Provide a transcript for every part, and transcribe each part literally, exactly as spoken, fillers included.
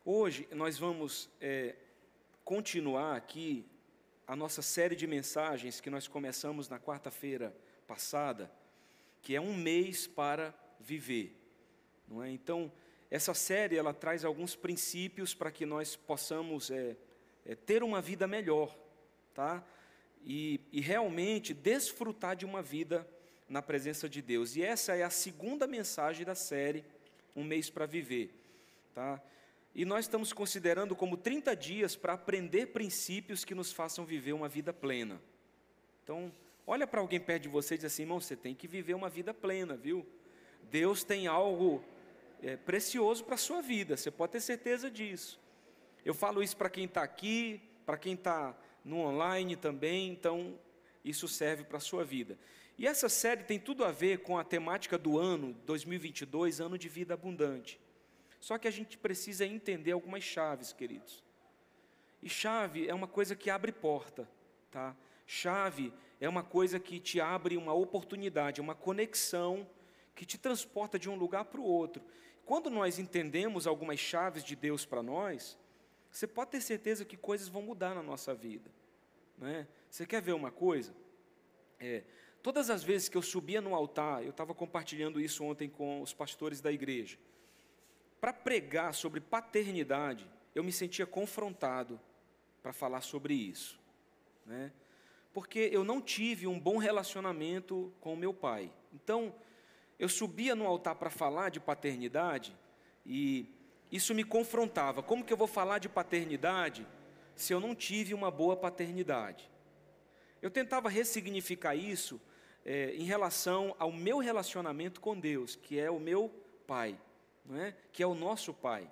Hoje nós vamos é, continuar aqui a nossa série de mensagens que nós começamos na quarta-feira passada, que é um mês para viver, não é? Então, essa série ela traz alguns princípios para que nós possamos é, é, ter uma vida melhor, tá? E, e realmente desfrutar de uma vida na presença de Deus. E essa é a segunda mensagem da série, um mês para viver, tá? E nós estamos considerando como trinta dias para aprender princípios que nos façam viver uma vida plena. Então, olha para alguém perto de você e diz assim: irmão, você tem que viver uma vida plena, viu? Deus tem algo é, precioso para a sua vida, você pode ter certeza disso. Eu falo isso para quem está aqui, para quem está no online também, então isso serve para a sua vida. E essa série tem tudo a ver com a temática do ano dois mil e vinte e dois, ano de vida abundante. Só que a gente precisa entender algumas chaves, queridos. E chave é uma coisa que abre porta, tá? Chave é uma coisa que te abre uma oportunidade, uma conexão que te transporta de um lugar para o outro. Quando nós entendemos algumas chaves de Deus para nós, você pode ter certeza que coisas vão mudar na nossa vida, né? Você quer ver uma coisa? É, todas as vezes que eu subia no altar, eu estava compartilhando isso ontem com os pastores da igreja, para pregar sobre paternidade, eu me sentia confrontado para falar sobre isso, né? Porque eu não tive um bom relacionamento com o meu pai. Então, eu subia no altar para falar de paternidade e isso me confrontava. Como que eu vou falar de paternidade se eu não tive uma boa paternidade? Eu tentava ressignificar isso é, em relação ao meu relacionamento com Deus, que é o meu pai, não é? Que é o nosso pai.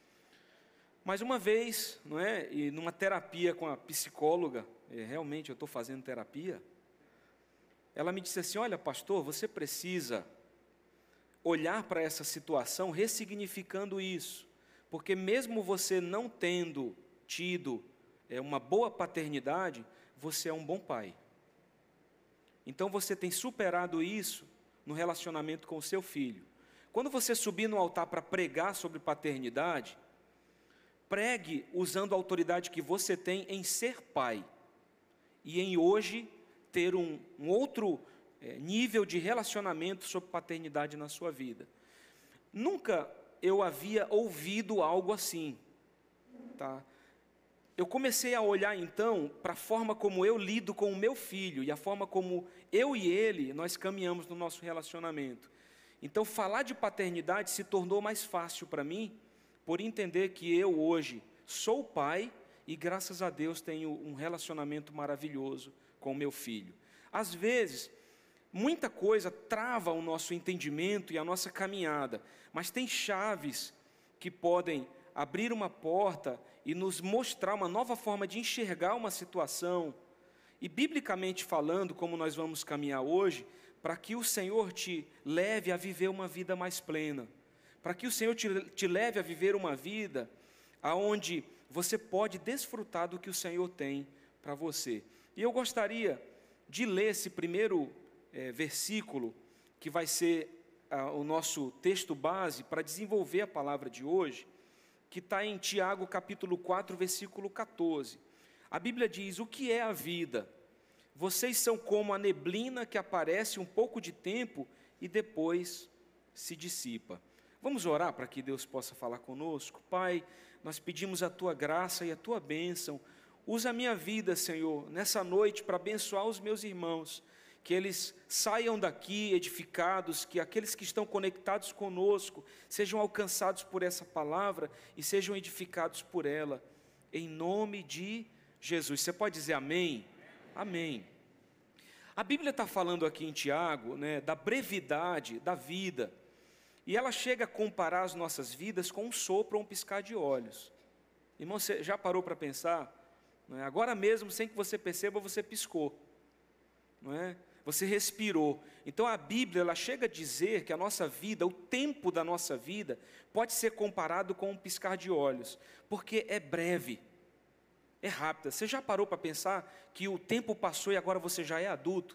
Mas uma vez, não é? E numa terapia com a psicóloga, é, realmente eu estou fazendo terapia, ela me disse assim: olha, pastor, você precisa olhar para essa situação ressignificando isso, porque mesmo você não tendo tido é, uma boa paternidade, você é um bom pai. Então você tem superado isso no relacionamento com o seu filho. Quando você subir no altar para pregar sobre paternidade, pregue usando a autoridade que você tem em ser pai e em hoje ter um, um outro é, nível de relacionamento sobre paternidade na sua vida. Nunca eu havia ouvido algo assim, tá? Eu comecei a olhar então para a forma como eu lido com o meu filho e a forma como eu e ele, nós caminhamos no nosso relacionamento. Então, falar de paternidade se tornou mais fácil para mim, por entender que eu hoje sou pai e, graças a Deus, tenho um relacionamento maravilhoso com o meu filho. Às vezes, muita coisa trava o nosso entendimento e a nossa caminhada, mas tem chaves que podem abrir uma porta e nos mostrar uma nova forma de enxergar uma situação. E, biblicamente falando, como nós vamos caminhar hoje, para que o Senhor te leve a viver uma vida mais plena, para que o Senhor te, te leve a viver uma vida onde você pode desfrutar do que o Senhor tem para você. E eu gostaria de ler esse primeiro é, versículo, que vai ser ah, o nosso texto base para desenvolver a palavra de hoje, que está em Tiago capítulo quatro, versículo quatorze. A Bíblia diz: o que é a vida? Vocês são como a neblina que aparece um pouco de tempo e depois se dissipa. Vamos orar para que Deus possa falar conosco? Pai, nós pedimos a Tua graça e a Tua bênção. Usa a minha vida, Senhor, nessa noite para abençoar os meus irmãos, que eles saiam daqui edificados, que aqueles que estão conectados conosco sejam alcançados por essa palavra e sejam edificados por ela, em nome de Jesus. Você pode dizer amém? Amém. A Bíblia está falando aqui em Tiago, né, da brevidade da vida, e ela chega a comparar as nossas vidas com um sopro ou um piscar de olhos. Irmão, você já parou para pensar? Não é? Agora mesmo, sem que você perceba, você piscou, não é? Você respirou. Então a Bíblia ela chega a dizer que a nossa vida, o tempo da nossa vida, pode ser comparado com um piscar de olhos, porque é breve. É rápida. Você já parou para pensar que o tempo passou e agora você já é adulto?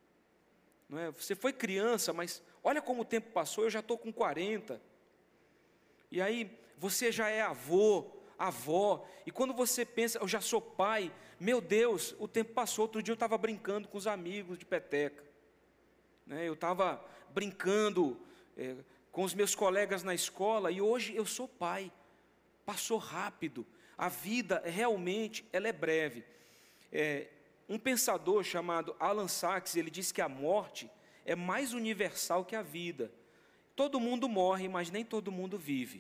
Não é? Você foi criança, mas olha como o tempo passou, eu já estou com quarenta. E aí, você já é avô, avó, e quando você pensa, eu já sou pai, meu Deus, o tempo passou. Outro dia eu estava brincando com os amigos de peteca, né? Eu estava brincando é, com os meus colegas na escola, e hoje eu sou pai. Passou rápido, a vida realmente ela é breve. É, um pensador chamado Alan Sachs, ele diz que a morte é mais universal que a vida. Todo mundo morre, mas nem todo mundo vive.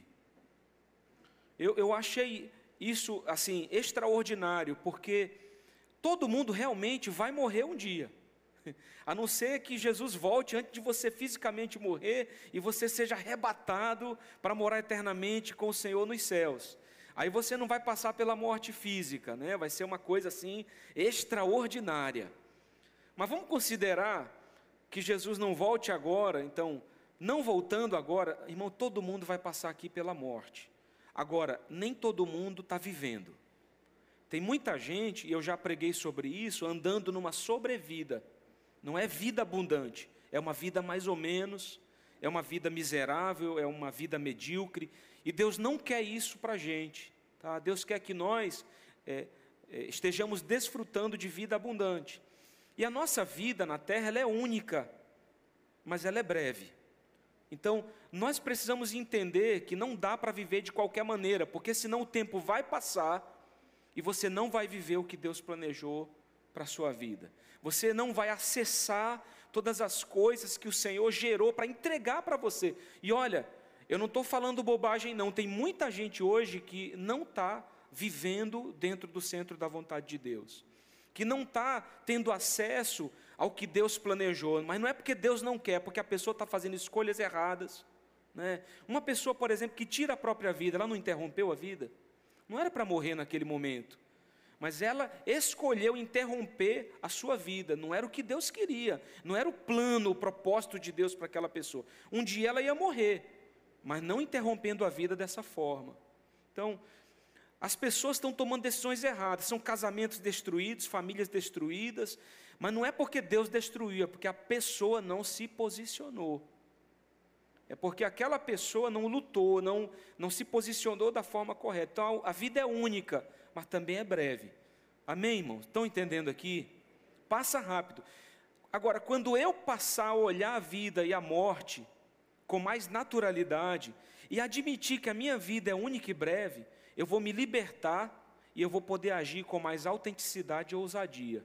Eu, eu achei isso assim extraordinário, porque todo mundo realmente vai morrer um dia, a não ser que Jesus volte antes de você fisicamente morrer e você seja arrebatado para morar eternamente com o Senhor nos céus. Aí você não vai passar pela morte física, né? Vai ser uma coisa assim extraordinária. Mas vamos considerar que Jesus não volte agora. Então, não voltando agora, irmão, todo mundo vai passar aqui pela morte. Agora, nem todo mundo está vivendo. Tem muita gente, e eu já preguei sobre isso, andando numa sobrevida. Não é vida abundante, é uma vida mais ou menos, é uma vida miserável, é uma vida medíocre. E Deus não quer isso para a gente, tá? Deus quer que nós é, é, estejamos desfrutando de vida abundante. E a nossa vida na terra, ela é única, mas ela é breve. Então, nós precisamos entender que não dá para viver de qualquer maneira, porque senão o tempo vai passar e você não vai viver o que Deus planejou para a sua vida. Você não vai acessar todas as coisas que o Senhor gerou para entregar para você. E olha, eu não estou falando bobagem não, tem muita gente hoje que não está vivendo dentro do centro da vontade de Deus, que não está tendo acesso ao que Deus planejou, mas não é porque Deus não quer, porque a pessoa está fazendo escolhas erradas, né? Uma pessoa, por exemplo, que tira a própria vida, ela não interrompeu a vida? Não era para morrer naquele momento, mas ela escolheu interromper a sua vida. Não era o que Deus queria, não era o plano, o propósito de Deus para aquela pessoa. Um dia ela ia morrer, mas não interrompendo a vida dessa forma. Então, as pessoas estão tomando decisões erradas, são casamentos destruídos, famílias destruídas, mas não é porque Deus destruiu, é porque a pessoa não se posicionou. É porque aquela pessoa não lutou, não, não se posicionou da forma correta. Então, a vida é única, mas também é breve. Amém, irmãos? Estão entendendo aqui? Passa rápido. Agora, quando eu passar a olhar a vida e a morte com mais naturalidade e admitir que a minha vida é única e breve, eu vou me libertar e eu vou poder agir com mais autenticidade e ousadia.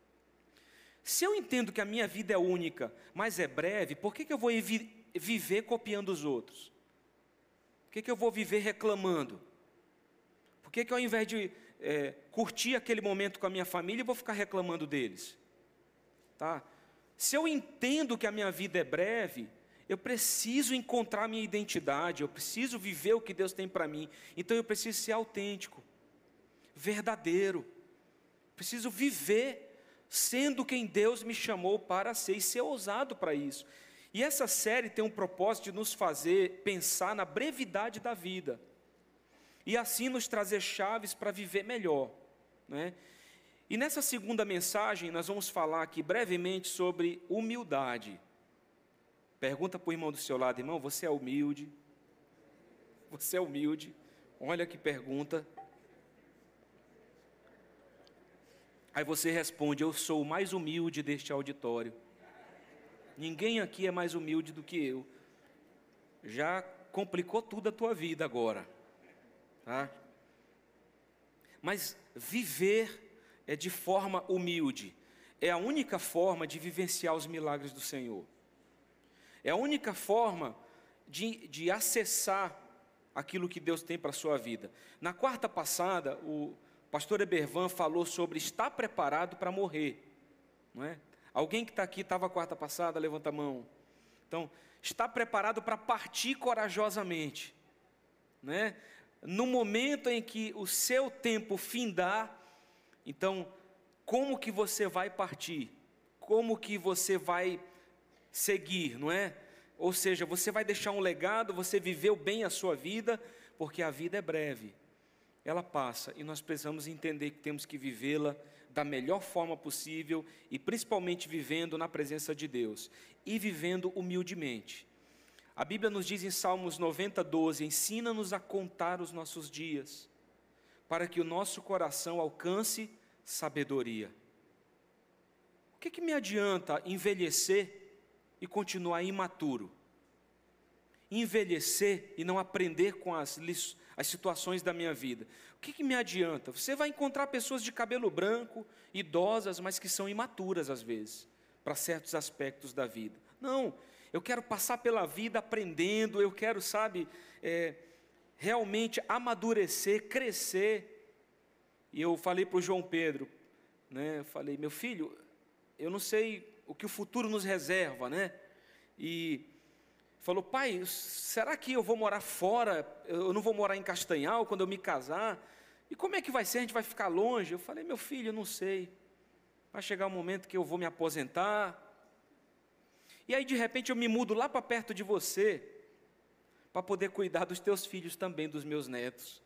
Se eu entendo que a minha vida é única, mas é breve, por que, que eu vou vi- viver copiando os outros? Por que, que eu vou viver reclamando? Por que, que ao invés de é, curtir aquele momento com a minha família, eu vou ficar reclamando deles? Tá? Se eu entendo que a minha vida é breve, eu preciso encontrar a minha identidade, eu preciso viver o que Deus tem para mim. Então eu preciso ser autêntico, verdadeiro, preciso viver sendo quem Deus me chamou para ser e ser ousado para isso. E essa série tem um propósito de nos fazer pensar na brevidade da vida e assim nos trazer chaves para viver melhor, né? E nessa segunda mensagem nós vamos falar aqui brevemente sobre humildade. Pergunta para o irmão do seu lado: irmão, você é humilde? Você é humilde? Olha que pergunta. Aí você responde: eu sou o mais humilde deste auditório. Ninguém aqui é mais humilde do que eu. Já complicou tudo a tua vida agora, tá? Mas viver é de forma humilde é a única forma de vivenciar os milagres do Senhor. É a única forma de, de acessar aquilo que Deus tem para a sua vida. Na quarta passada, o pastor Ebervan falou sobre estar preparado para morrer, não é? Alguém que está aqui estava quarta passada, levanta a mão. Então, está preparado para partir corajosamente, né? No momento em que o seu tempo findar, então, como que você vai partir? Como que você vai seguir, não é? Ou seja, você vai deixar um legado, você viveu bem a sua vida, porque a vida é breve, ela passa, e nós precisamos entender que temos que vivê-la da melhor forma possível, e principalmente vivendo na presença de Deus, e vivendo humildemente. A Bíblia nos diz em Salmos noventa, doze, ensina-nos a contar os nossos dias, para que o nosso coração alcance sabedoria. O que que me adianta envelhecer e continuar imaturo? Envelhecer e não aprender com as, as situações da minha vida. O que que me adianta? Você vai encontrar pessoas de cabelo branco, idosas, mas que são imaturas às vezes, para certos aspectos da vida. Não, eu quero passar pela vida aprendendo, eu quero, sabe, é, realmente amadurecer, crescer. E eu falei para o João Pedro, né, eu falei, meu filho, eu não sei o que o futuro nos reserva, né? E falou, pai, será que eu vou morar fora, eu não vou morar em Castanhal quando eu me casar? E como é que vai ser, a gente vai ficar longe? Eu falei, meu filho, eu não sei, vai chegar um momento que eu vou me aposentar, e aí de repente eu me mudo lá para perto de você, para poder cuidar dos teus filhos também, dos meus netos.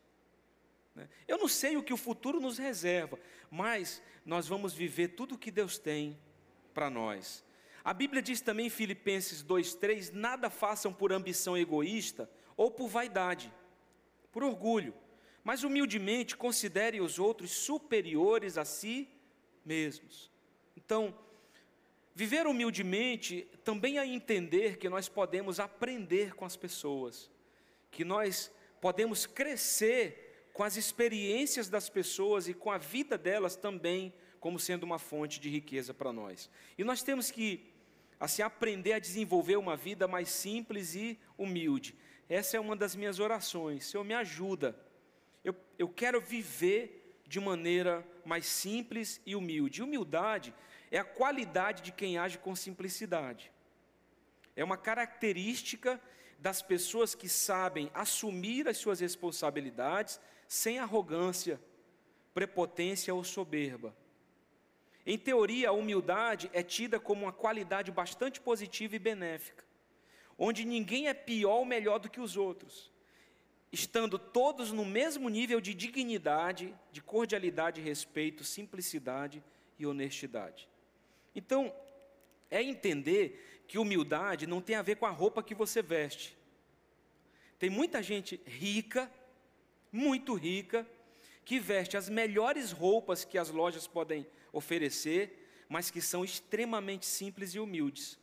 Eu não sei o que o futuro nos reserva, mas nós vamos viver tudo o que Deus tem para nós. A Bíblia diz também em Filipenses dois, três, nada façam por ambição egoísta ou por vaidade, por orgulho, mas humildemente considerem os outros superiores a si mesmos. Então, viver humildemente também é entender que nós podemos aprender com as pessoas, que nós podemos crescer com as experiências das pessoas e com a vida delas também, como sendo uma fonte de riqueza para nós. E nós temos que, assim, aprender a desenvolver uma vida mais simples e humilde. Essa é uma das minhas orações. Senhor, me ajuda. Eu, eu quero viver de maneira mais simples e humilde. Humildade é a qualidade de quem age com simplicidade. É uma característica das pessoas que sabem assumir as suas responsabilidades sem arrogância, prepotência ou soberba. Em teoria, a humildade é tida como uma qualidade bastante positiva e benéfica, onde ninguém é pior ou melhor do que os outros, estando todos no mesmo nível de dignidade, de cordialidade, respeito, simplicidade e honestidade. Então, é entender que humildade não tem a ver com a roupa que você veste. Tem muita gente rica, muito rica, que veste as melhores roupas que as lojas podem oferecer, mas que são extremamente simples e humildes.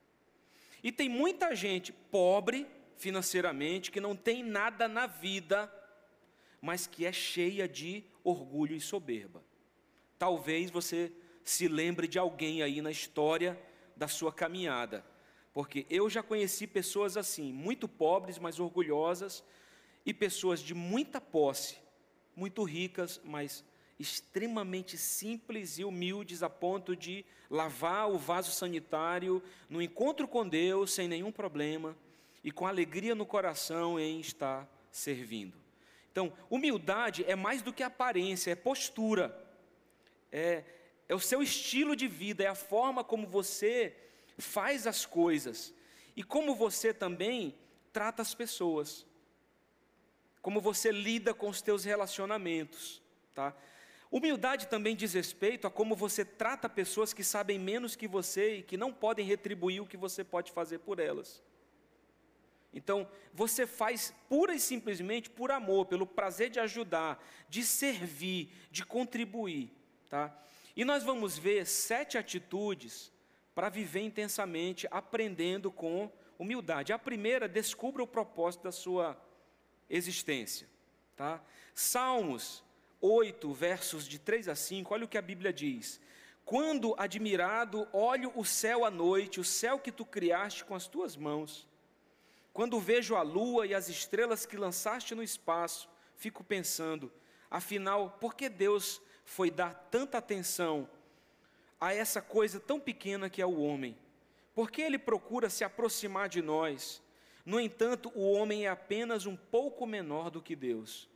E tem muita gente pobre financeiramente, que não tem nada na vida, mas que é cheia de orgulho e soberba. Talvez você se lembre de alguém aí na história da sua caminhada, porque eu já conheci pessoas assim, muito pobres, mas orgulhosas, e pessoas de muita posse, muito ricas, mas extremamente simples e humildes, a ponto de lavar o vaso sanitário no encontro com Deus, sem nenhum problema, e com alegria no coração em estar servindo. Então, humildade é mais do que aparência, é postura, é, é o seu estilo de vida, é a forma como você faz as coisas, e como você também trata as pessoas, como você lida com os teus relacionamentos, tá? Humildade também diz respeito a como você trata pessoas que sabem menos que você e que não podem retribuir o que você pode fazer por elas. Então, você faz pura e simplesmente por amor, pelo prazer de ajudar, de servir, de contribuir, tá? E nós vamos ver sete atitudes para viver intensamente, aprendendo com humildade. A primeira, descubra o propósito da sua existência, tá? Salmos oito, versos de três a cinco, olha o que a Bíblia diz: quando admirado olho o céu à noite, o céu que tu criaste com as tuas mãos, quando vejo a lua e as estrelas que lançaste no espaço, fico pensando, afinal, por que Deus foi dar tanta atenção a essa coisa tão pequena que é o homem? Por que ele procura se aproximar de nós? No entanto, o homem é apenas um pouco menor do que Deus.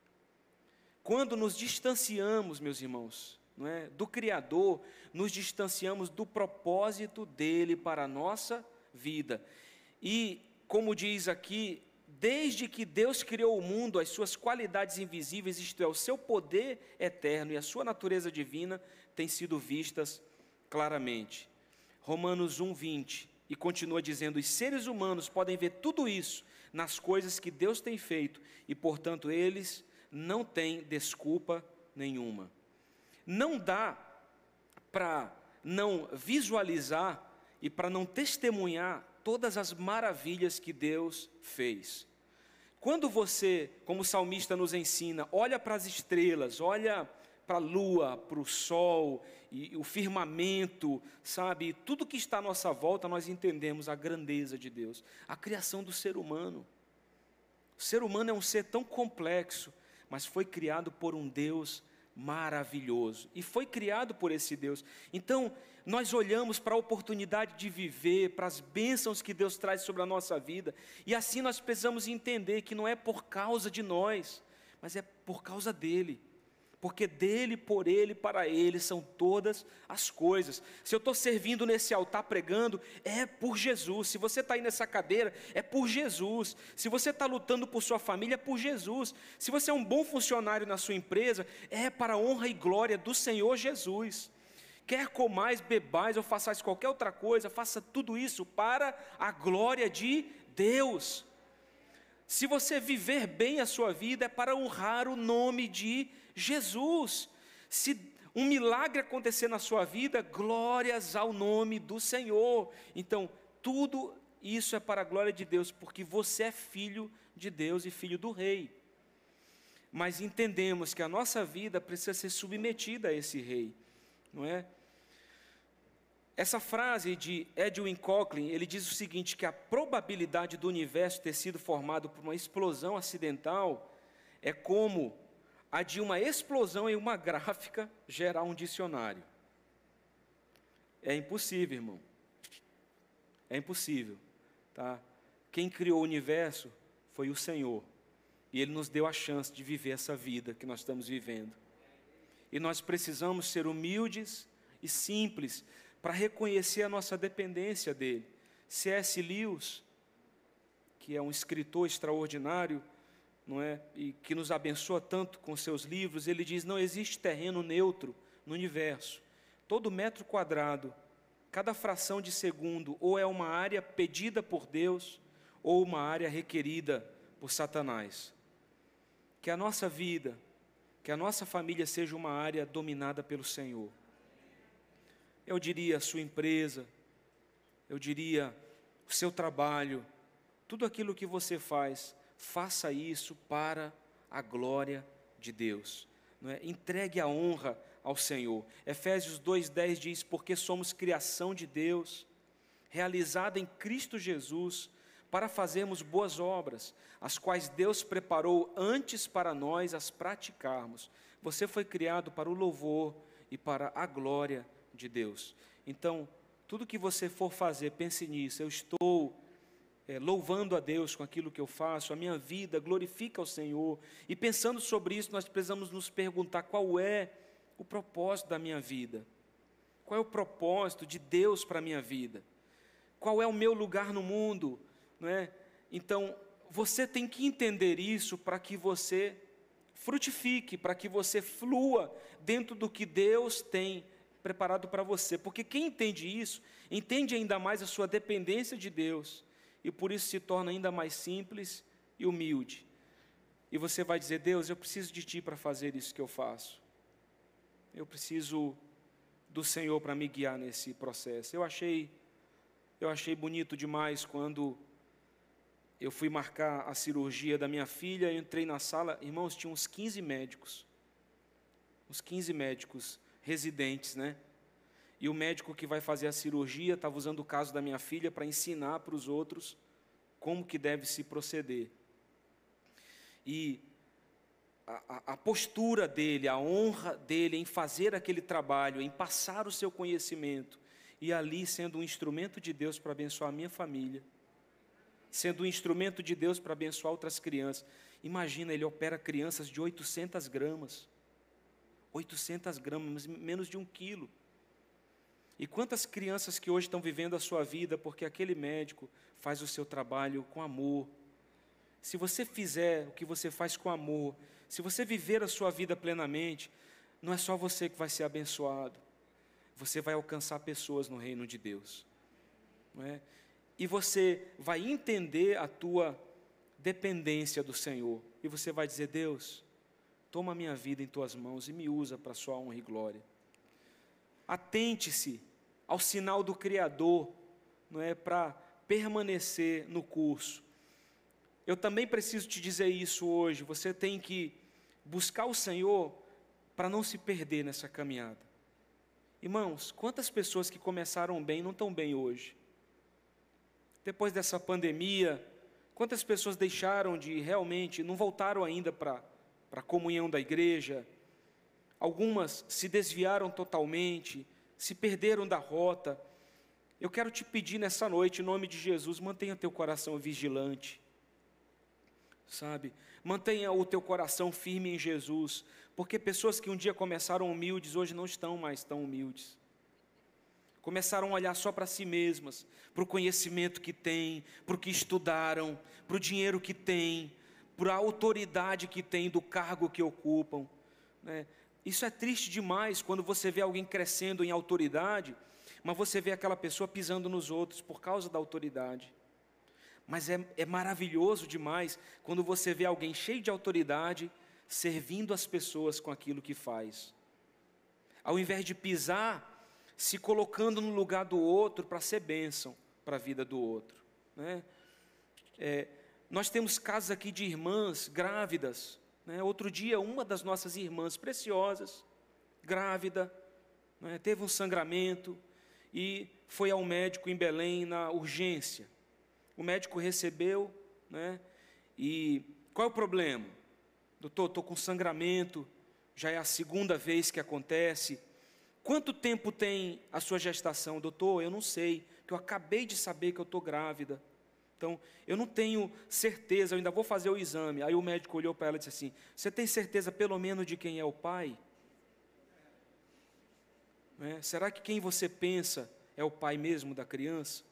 Quando nos distanciamos, meus irmãos, não é, do Criador, nos distanciamos do propósito dele para a nossa vida. E, como diz aqui, desde que Deus criou o mundo, as suas qualidades invisíveis, isto é, o seu poder eterno e a sua natureza divina, têm sido vistas claramente. Romanos um, vinte. E continua dizendo: os seres humanos podem ver tudo isso nas coisas que Deus tem feito, e portanto eles não têm desculpa nenhuma. Não dá para não visualizar e para não testemunhar todas as maravilhas que Deus fez. Quando você, como o salmista nos ensina, olha para as estrelas, olha para a lua, para o sol, e o firmamento, sabe, tudo que está à nossa volta, nós entendemos a grandeza de Deus, a criação do ser humano. O ser humano é um ser tão complexo, mas foi criado por um Deus maravilhoso, e foi criado por esse Deus. Então, nós olhamos para a oportunidade de viver, para as bênçãos que Deus traz sobre a nossa vida, e assim nós precisamos entender que não é por causa de nós, mas é por causa dEle, porque dEle, por Ele, para Ele são todas as coisas. Se eu estou servindo nesse altar pregando, é por Jesus. Se você está aí nessa cadeira, é por Jesus. Se você está lutando por sua família, é por Jesus. Se você é um bom funcionário na sua empresa, é para a honra e glória do Senhor Jesus. Quer comais, bebais ou façais qualquer outra coisa, faça tudo isso para a glória de Deus. Se você viver bem a sua vida, é para honrar o nome de Jesus. Se um milagre acontecer na sua vida, glórias ao nome do Senhor. Então, tudo isso é para a glória de Deus, porque você é filho de Deus e filho do Rei. Mas entendemos que a nossa vida precisa ser submetida a esse Rei, não é? Essa frase de Edwin Conklin, ele diz o seguinte, que a probabilidade do universo ter sido formado por uma explosão acidental é como a de uma explosão em uma gráfica gerar um dicionário. É impossível, irmão. É impossível, tá? Quem criou o universo foi o Senhor. E Ele nos deu a chance de viver essa vida que nós estamos vivendo. E nós precisamos ser humildes e simples para reconhecer a nossa dependência dEle. C S Lewis, que é um escritor extraordinário, não é? E que nos abençoa tanto com seus livros, ele diz: não existe terreno neutro no universo. Todo metro quadrado, cada fração de segundo, ou é uma área pedida por Deus, ou uma área requerida por Satanás. Que a nossa vida, que a nossa família seja uma área dominada pelo Senhor. Eu diria a sua empresa, eu diria o seu trabalho, tudo aquilo que você faz, faça isso para a glória de Deus, não é? Entregue a honra ao Senhor. Efésios dois, dez diz: porque somos criação de Deus, realizada em Cristo Jesus, para fazermos boas obras, as quais Deus preparou antes para nós as praticarmos. Você foi criado para o louvor e para a glória de Deus. Então, tudo que você for fazer, pense nisso. Eu estou é, louvando a Deus com aquilo que eu faço, a minha vida glorifica ao Senhor. E pensando sobre isso, nós precisamos nos perguntar qual é o propósito da minha vida. Qual é o propósito de Deus para a minha vida? Qual é o meu lugar no mundo? Não é? Então, você tem que entender isso para que você frutifique, para que você flua dentro do que Deus tem preparado para você, porque quem entende isso, entende ainda mais a sua dependência de Deus, e por isso se torna ainda mais simples e humilde, e você vai dizer: Deus, eu preciso de Ti para fazer isso que eu faço, eu preciso do Senhor para me guiar nesse processo. Eu achei, eu achei bonito demais quando eu fui marcar a cirurgia da minha filha, eu entrei na sala, irmãos, tinha uns quinze médicos, uns quinze médicos residentes, né? E o médico que vai fazer a cirurgia estava usando o caso da minha filha para ensinar para os outros como que deve se proceder. E a, a postura dele, a honra dele em fazer aquele trabalho, em passar o seu conhecimento, e ali sendo um instrumento de Deus para abençoar a minha família, sendo um instrumento de Deus para abençoar outras crianças. Imagina, ele opera crianças de oitocentas gramas, oitocentas gramas, menos de um quilo. E quantas crianças que hoje estão vivendo a sua vida porque aquele médico faz o seu trabalho com amor. Se você fizer o que você faz com amor, se você viver a sua vida plenamente, não é só você que vai ser abençoado, você vai alcançar pessoas no reino de Deus, não é? e você vai entender a tua dependência do Senhor, e você vai dizer: Deus, toma a minha vida em tuas mãos e me usa para a sua honra e glória. Atente-se ao sinal do Criador, não é, para permanecer no curso. Eu também preciso te dizer isso hoje, você tem que buscar o Senhor para não se perder nessa caminhada. Irmãos, quantas pessoas que começaram bem não estão bem hoje? Depois dessa pandemia, quantas pessoas deixaram de realmente, não voltaram ainda para para a comunhão da igreja? Algumas se desviaram totalmente, se perderam da rota. Eu quero te pedir nessa noite, em nome de Jesus, mantenha teu coração vigilante, sabe? Mantenha o teu coração firme em Jesus, porque pessoas que um dia começaram humildes, hoje não estão mais tão humildes. Começaram a olhar só para si mesmas, para o conhecimento que têm, para o que estudaram, para o dinheiro que têm, para a autoridade que têm, do cargo que ocupam, né? Isso é triste demais, quando você vê alguém crescendo em autoridade, mas você vê aquela pessoa pisando nos outros por causa da autoridade. Mas é, é maravilhoso demais, quando você vê alguém cheio de autoridade, servindo as pessoas com aquilo que faz. Ao invés de pisar, se colocando no lugar do outro, para ser bênção para a vida do outro, né? É, nós temos casos aqui de irmãs grávidas, né? Outro dia, uma das nossas irmãs preciosas, grávida, né? Teve um sangramento e foi ao médico em Belém na urgência. O médico recebeu, né? E qual é o problema? Doutor, estou com sangramento, já é a segunda vez que acontece. Quanto tempo tem a sua gestação? Doutor, eu não sei, que eu acabei de saber que eu estou grávida. Então, eu não tenho certeza, eu ainda vou fazer o exame. Aí o médico olhou para ela e disse assim: você tem certeza pelo menos de quem é o pai? É, será que quem você pensa é o pai mesmo da criança?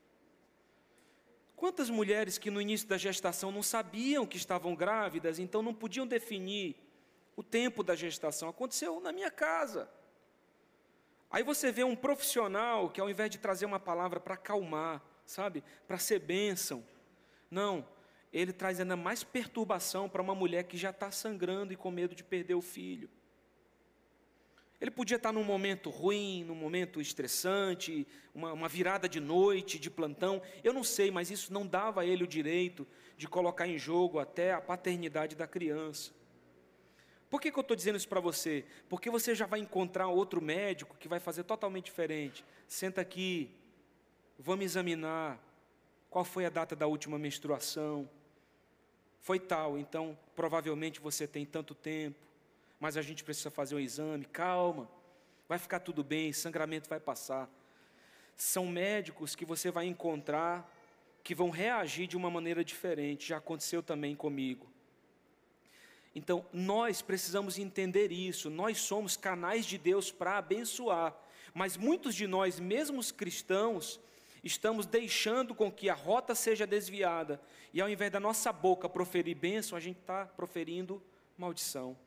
Quantas mulheres que no início da gestação não sabiam que estavam grávidas, então não podiam definir o tempo da gestação? Aconteceu na minha casa. Aí você vê um profissional que, ao invés de trazer uma palavra para acalmar, sabe, para ser bênção, não, ele traz ainda mais perturbação para uma mulher que já está sangrando e com medo de perder o filho. Ele podia estar num momento ruim, num momento estressante, uma, uma virada de noite, de plantão, eu não sei, mas isso não dava a ele o direito de colocar em jogo até a paternidade da criança. Por que que eu estou dizendo isso para você? Porque você já vai encontrar outro médico que vai fazer totalmente diferente. Senta aqui, vamos examinar qual foi a data da última menstruação. Foi tal, então provavelmente você tem tanto tempo, mas a gente precisa fazer um exame. Calma, vai ficar tudo bem, sangramento vai passar. São médicos que você vai encontrar que vão reagir de uma maneira diferente. Já aconteceu também comigo. Então, nós precisamos entender isso. Nós somos canais de Deus para abençoar, mas muitos de nós, mesmo os cristãos, estamos deixando com que a rota seja desviada, e ao invés da nossa boca proferir bênção, a gente está proferindo maldição.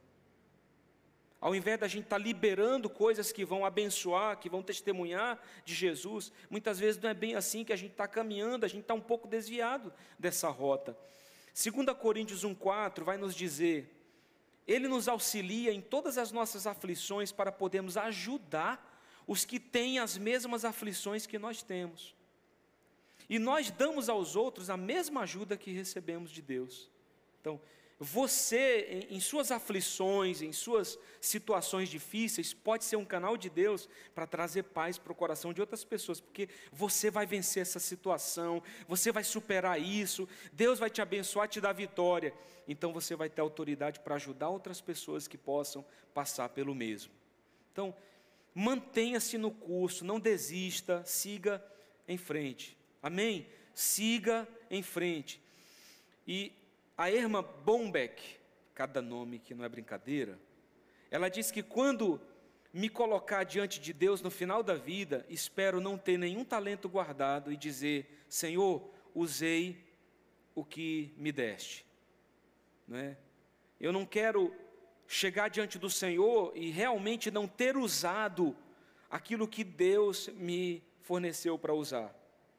Ao invés da gente estar liberando coisas que vão abençoar, que vão testemunhar de Jesus, muitas vezes não é bem assim que a gente está caminhando, a gente está um pouco desviado dessa rota. Segunda Coríntios um, quatro vai nos dizer: Ele nos auxilia em todas as nossas aflições para podermos ajudar os que têm as mesmas aflições que nós temos. E nós damos aos outros a mesma ajuda que recebemos de Deus. Então, você, em, em suas aflições, em suas situações difíceis, pode ser um canal de Deus para trazer paz para o coração de outras pessoas, porque você vai vencer essa situação, você vai superar isso, Deus vai te abençoar, te dar vitória. Então você vai ter autoridade para ajudar outras pessoas que possam passar pelo mesmo. Então, mantenha-se no curso, não desista, siga em frente. Amém? Siga em frente. E a Erma Bombeck, cada nome que não é brincadeira, ela diz que quando me colocar diante de Deus no final da vida, espero não ter nenhum talento guardado e dizer: Senhor, usei o que me deste. Não é? Eu não quero chegar diante do Senhor e realmente não ter usado aquilo que Deus me forneceu para usar.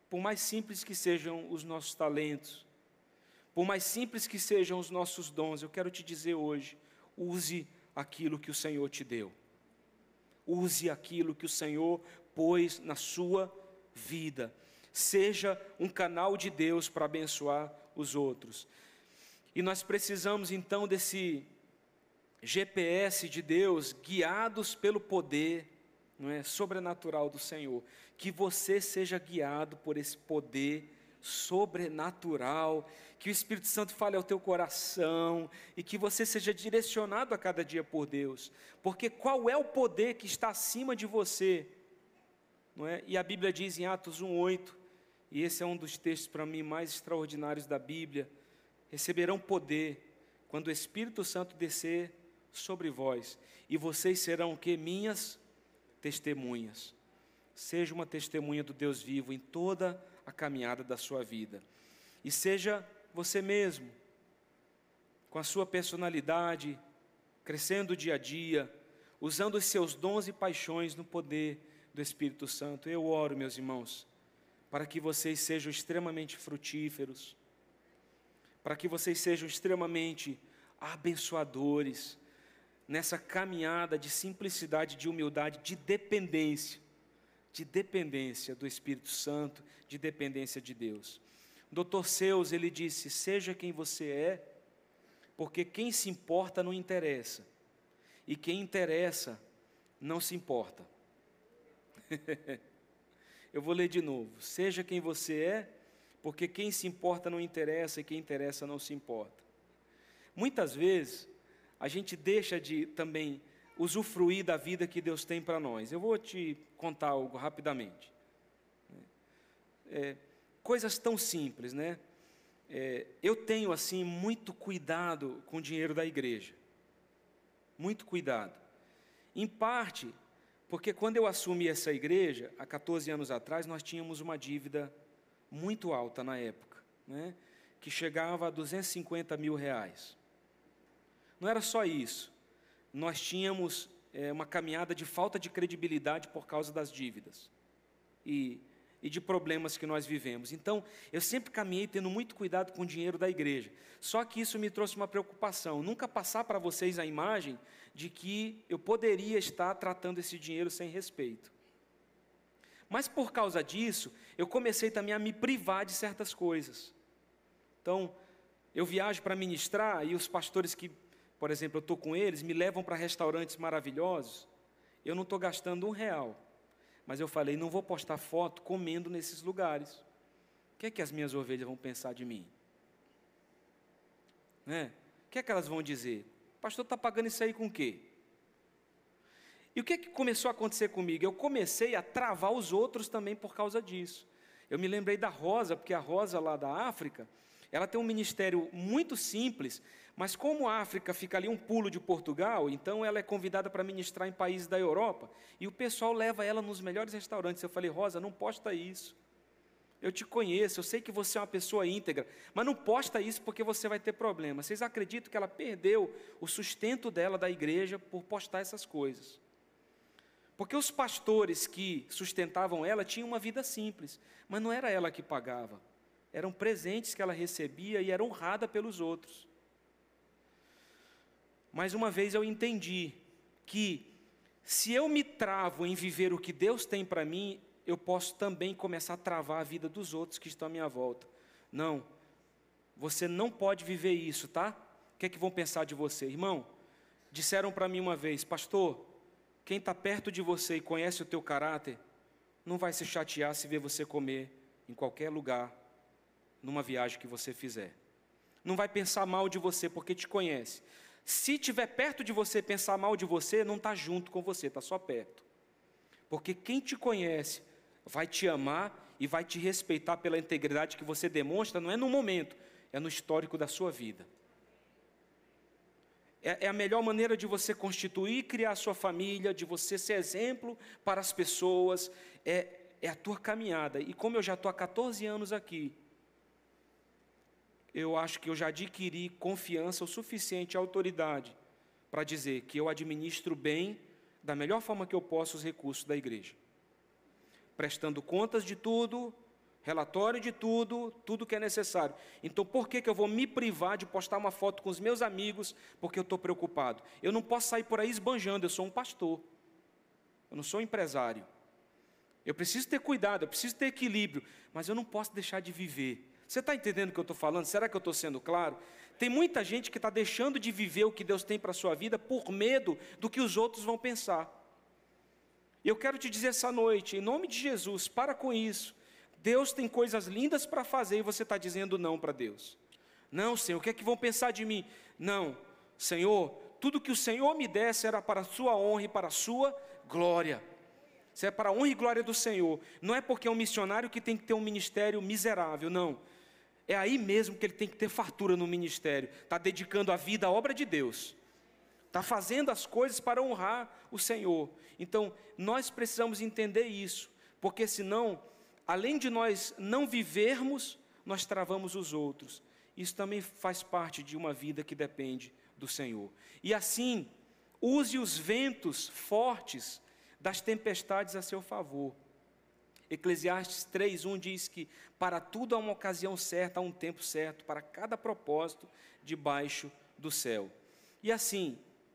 por mais simples que sejam os nossos talentos, por mais simples que sejam os nossos dons, eu quero te dizer hoje, use aquilo que o Senhor te deu. Use aquilo que o Senhor pôs na sua vida. Seja um canal de Deus para abençoar os outros. E nós precisamos então desse G P S de Deus, guiados pelo poder, não é, sobrenatural do Senhor. Que você seja guiado por esse poder sobrenatural, que o Espírito Santo fale ao teu coração e que você seja direcionado a cada dia por Deus. Porque qual é o poder que está acima de você? Não é? E a Bíblia diz em Atos um, oito, e esse é um dos textos para mim mais extraordinários da Bíblia: receberão poder quando o Espírito Santo descer sobre vós, e vocês serão o quê? Minhas testemunhas. Seja uma testemunha do Deus vivo em toda a caminhada da sua vida. E seja você mesmo, com a sua personalidade, crescendo dia a dia, usando os seus dons e paixões no poder do Espírito Santo. Eu oro, meus irmãos, para que vocês sejam extremamente frutíferos, para que vocês sejam extremamente abençoadores, nessa caminhada de simplicidade, de humildade, de dependência, de dependência do Espírito Santo, de dependência de Deus. O doutor Seuss, ele disse: seja quem você é, porque quem se importa não interessa, e quem interessa não se importa. Eu vou ler de novo: seja quem você é, porque quem se importa não interessa, e quem interessa não se importa. Muitas vezes, a gente deixa de também usufruir da vida que Deus tem para nós. Eu vou te contar algo rapidamente. É, coisas tão simples, né? É, eu tenho, assim, muito cuidado com o dinheiro da igreja. Muito cuidado. Em parte, porque quando eu assumi essa igreja, há quatorze anos atrás, nós tínhamos uma dívida muito alta na época, né? Que chegava a duzentos e cinquenta mil reais. Não era só isso, nós tínhamos é, uma caminhada de falta de credibilidade por causa das dívidas e, e de problemas que nós vivemos. Então, eu sempre caminhei tendo muito cuidado com o dinheiro da igreja. Só que isso me trouxe uma preocupação, nunca passar para vocês a imagem de que eu poderia estar tratando esse dinheiro sem respeito. Mas por causa disso, eu comecei também a me privar de certas coisas. Então, eu viajo para ministrar e os pastores que, por exemplo, eu estou com eles, me levam para restaurantes maravilhosos, eu não estou gastando um real, mas eu falei, não vou postar foto comendo nesses lugares. O que é que as minhas ovelhas vão pensar de mim? Né? O que é que elas vão dizer? O pastor está pagando isso aí com o quê? E o que é que começou a acontecer comigo? Eu comecei a travar os outros também por causa disso. Eu me lembrei da Rosa, porque a Rosa lá da África, ela tem um ministério muito simples, mas como a África fica ali um pulo de Portugal, então ela é convidada para ministrar em países da Europa, e o pessoal leva ela nos melhores restaurantes. Eu falei, Rosa, não posta isso. Eu te conheço, eu sei que você é uma pessoa íntegra, mas não posta isso porque você vai ter problema. Vocês acreditam que ela perdeu o sustento dela da igreja por postar essas coisas? Porque os pastores que sustentavam ela tinham uma vida simples, mas não era ela que pagava. Eram presentes que ela recebia e era honrada pelos outros. Mais uma vez eu entendi que se eu me travo em viver o que Deus tem para mim, eu posso também começar a travar a vida dos outros que estão à minha volta. Não, você não pode viver isso, tá? O que é que vão pensar de você? Irmão, disseram para mim uma vez, pastor, quem está perto de você e conhece o teu caráter, não vai se chatear se ver você comer em qualquer lugar, numa viagem que você fizer. Não vai pensar mal de você porque te conhece. Se estiver perto de você pensar mal de você, não está junto com você, está só perto. Porque quem te conhece vai te amar e vai te respeitar pela integridade que você demonstra, não é no momento, é no histórico da sua vida. É, é a melhor maneira de você constituir e criar a sua família, de você ser exemplo para as pessoas, é, é a tua caminhada. E como eu já estou há quatorze anos aqui, eu acho que eu já adquiri confiança o suficiente, autoridade, para dizer que eu administro bem, da melhor forma que eu posso, os recursos da igreja. Prestando contas de tudo, Relatório de tudo, tudo que é necessário. Então, por que, que eu vou me privar de postar uma foto com os meus amigos, porque eu estou preocupado? Eu não posso sair por aí esbanjando, eu sou um pastor. Eu não sou um empresário. Eu preciso ter cuidado, eu preciso ter equilíbrio, mas eu não posso deixar de viver. Você está entendendo o que eu estou falando? Será que eu estou sendo claro? Tem muita gente que está deixando de viver o que Deus tem para a sua vida por medo do que os outros vão pensar. E eu quero te dizer essa noite, em nome de Jesus, para com isso. Deus tem coisas lindas para fazer e você está dizendo não para Deus. Não, Senhor, o que é que vão pensar de mim? Não, Senhor, tudo que o Senhor me desse era para a sua honra e para a sua glória. Isso é para a honra e glória do Senhor. Não é porque é um missionário que tem que ter um ministério miserável, não. É aí mesmo que ele tem que ter fartura no ministério. Está dedicando a vida à obra de Deus. Está fazendo as coisas para honrar o Senhor. Então, nós precisamos entender isso, porque senão, além de nós não vivermos, nós travamos os outros. Isso também faz parte de uma vida que depende do Senhor. E assim, use os ventos fortes das tempestades a seu favor. Eclesiastes três, um diz que para tudo há uma ocasião certa, há um tempo certo, para cada propósito debaixo do céu. E assim,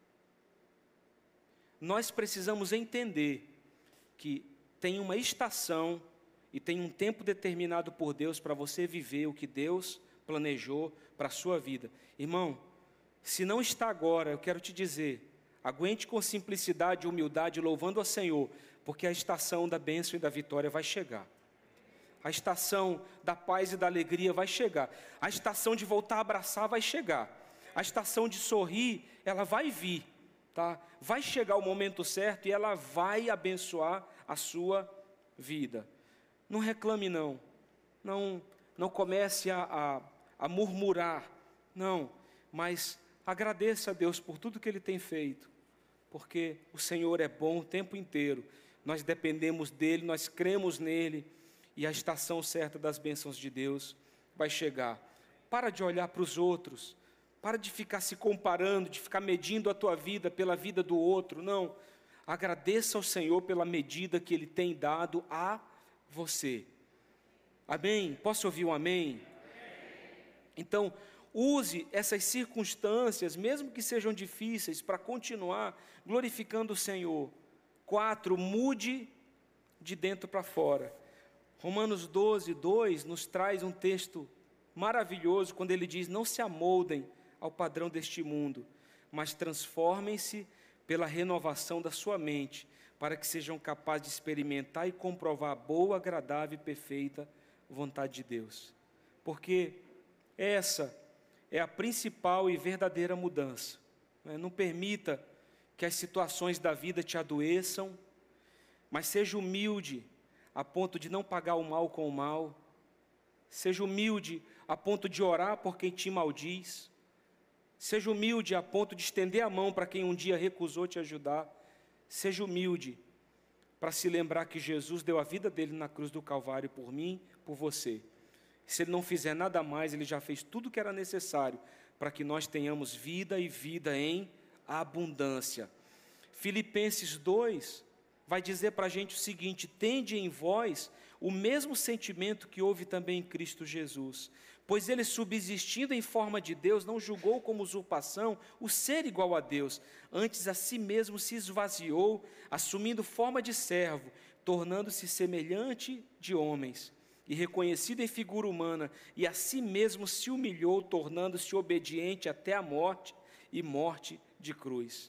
nós precisamos entender que tem uma estação e tem um tempo determinado por Deus para você viver o que Deus planejou para a sua vida. Irmão, se não está agora, eu quero te dizer, aguente com simplicidade e humildade, louvando ao Senhor, porque a estação da bênção e da vitória vai chegar. A estação da paz e da alegria vai chegar. A estação de voltar a abraçar vai chegar. A estação de sorrir, ela vai vir, tá? Vai chegar o momento certo e ela vai abençoar a sua vida. Não reclame não. Não, não comece a, a, a murmurar. Não, mas agradeça a Deus por tudo que Ele tem feito. Porque o Senhor é bom o tempo inteiro. Nós dependemos dEle, nós cremos nele. E a estação certa das bênçãos de Deus vai chegar. Para de olhar para os outros. Para de ficar se comparando, de ficar medindo a tua vida pela vida do outro. Não. Agradeça ao Senhor pela medida que Ele tem dado a você. Amém? Posso ouvir um amém? Então, use essas circunstâncias, mesmo que sejam difíceis, para continuar glorificando o Senhor. Quatro, mude de dentro para fora. Romanos doze, dois nos traz um texto maravilhoso, quando ele diz, não se amoldem ao padrão deste mundo, mas transformem-se pela renovação da sua mente, para que sejam capazes de experimentar e comprovar a boa, agradável e perfeita vontade de Deus. Porque essa é a principal e verdadeira mudança. Não permita que as situações da vida te adoeçam, mas seja humilde a ponto de não pagar o mal com o mal. Seja humilde a ponto de orar por quem te maldiz. Seja humilde a ponto de estender a mão para quem um dia recusou te ajudar. Seja humilde para se lembrar que Jesus deu a vida dele na cruz do Calvário por mim, por você. Se ele não fizer nada mais, ele já fez tudo o que era necessário para que nós tenhamos vida e vida em abundância. Filipenses dois vai dizer para a gente o seguinte, tende em vós o mesmo sentimento que houve também em Cristo Jesus, pois ele, subsistindo em forma de Deus, não julgou como usurpação o ser igual a Deus, antes a si mesmo se esvaziou, assumindo forma de servo, tornando-se semelhante de homens, e reconhecido em figura humana, e a si mesmo se humilhou, tornando-se obediente até a morte, e morte de cruz.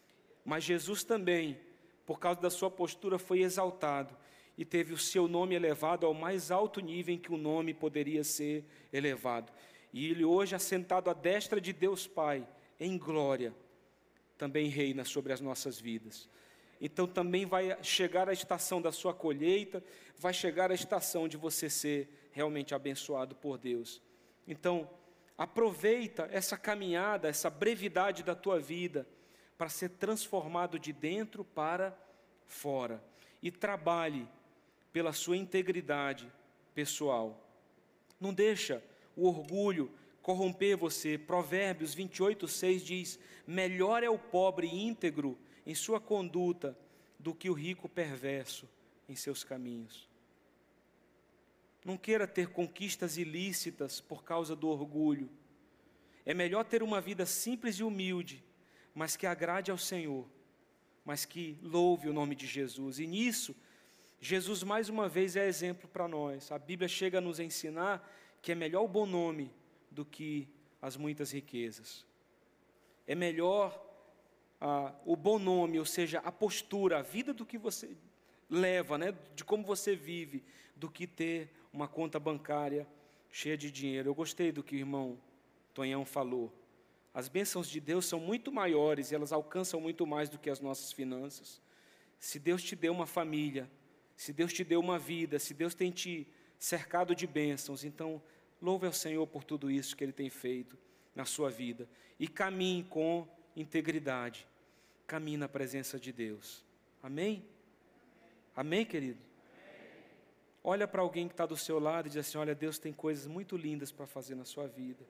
Mas Jesus também, por causa da sua postura, foi exaltado, e teve o seu nome elevado ao mais alto nível em que o nome poderia ser elevado. E ele hoje, assentado à destra de Deus Pai, em glória, também reina sobre as nossas vidas. Então também vai chegar a estação da sua colheita, vai chegar a estação de você ser realmente abençoado por Deus. Então, aproveita essa caminhada, essa brevidade da tua vida, para ser transformado de dentro para fora. E trabalhe pela sua integridade pessoal. Não deixa o orgulho corromper você. Provérbios vinte e oito, seis diz, melhor é o pobre íntegro em sua conduta do que o rico perverso em seus caminhos. Não queira ter conquistas ilícitas por causa do orgulho. É melhor ter uma vida simples e humilde, mas que agrade ao Senhor, mas que louve o nome de Jesus. E nisso, Jesus mais uma vez é exemplo para nós. A Bíblia chega a nos ensinar que é melhor o bom nome do que as muitas riquezas. É melhor ah, o bom nome, ou seja, a postura, a vida do que você leva, né, de como você vive, do que ter uma conta bancária cheia de dinheiro. Eu gostei do que o irmão Tonhão falou. As bênçãos de Deus são muito maiores e elas alcançam muito mais do que as nossas finanças. Se Deus te deu uma família, se Deus te deu uma vida, se Deus tem te cercado de bênçãos, então louve ao Senhor por tudo isso que Ele tem feito na sua vida. E caminhe com integridade, caminhe na presença de Deus. Amém? Amém, querido? Olha para alguém que está do seu lado e diz assim: olha, Deus tem coisas muito lindas para fazer na sua vida.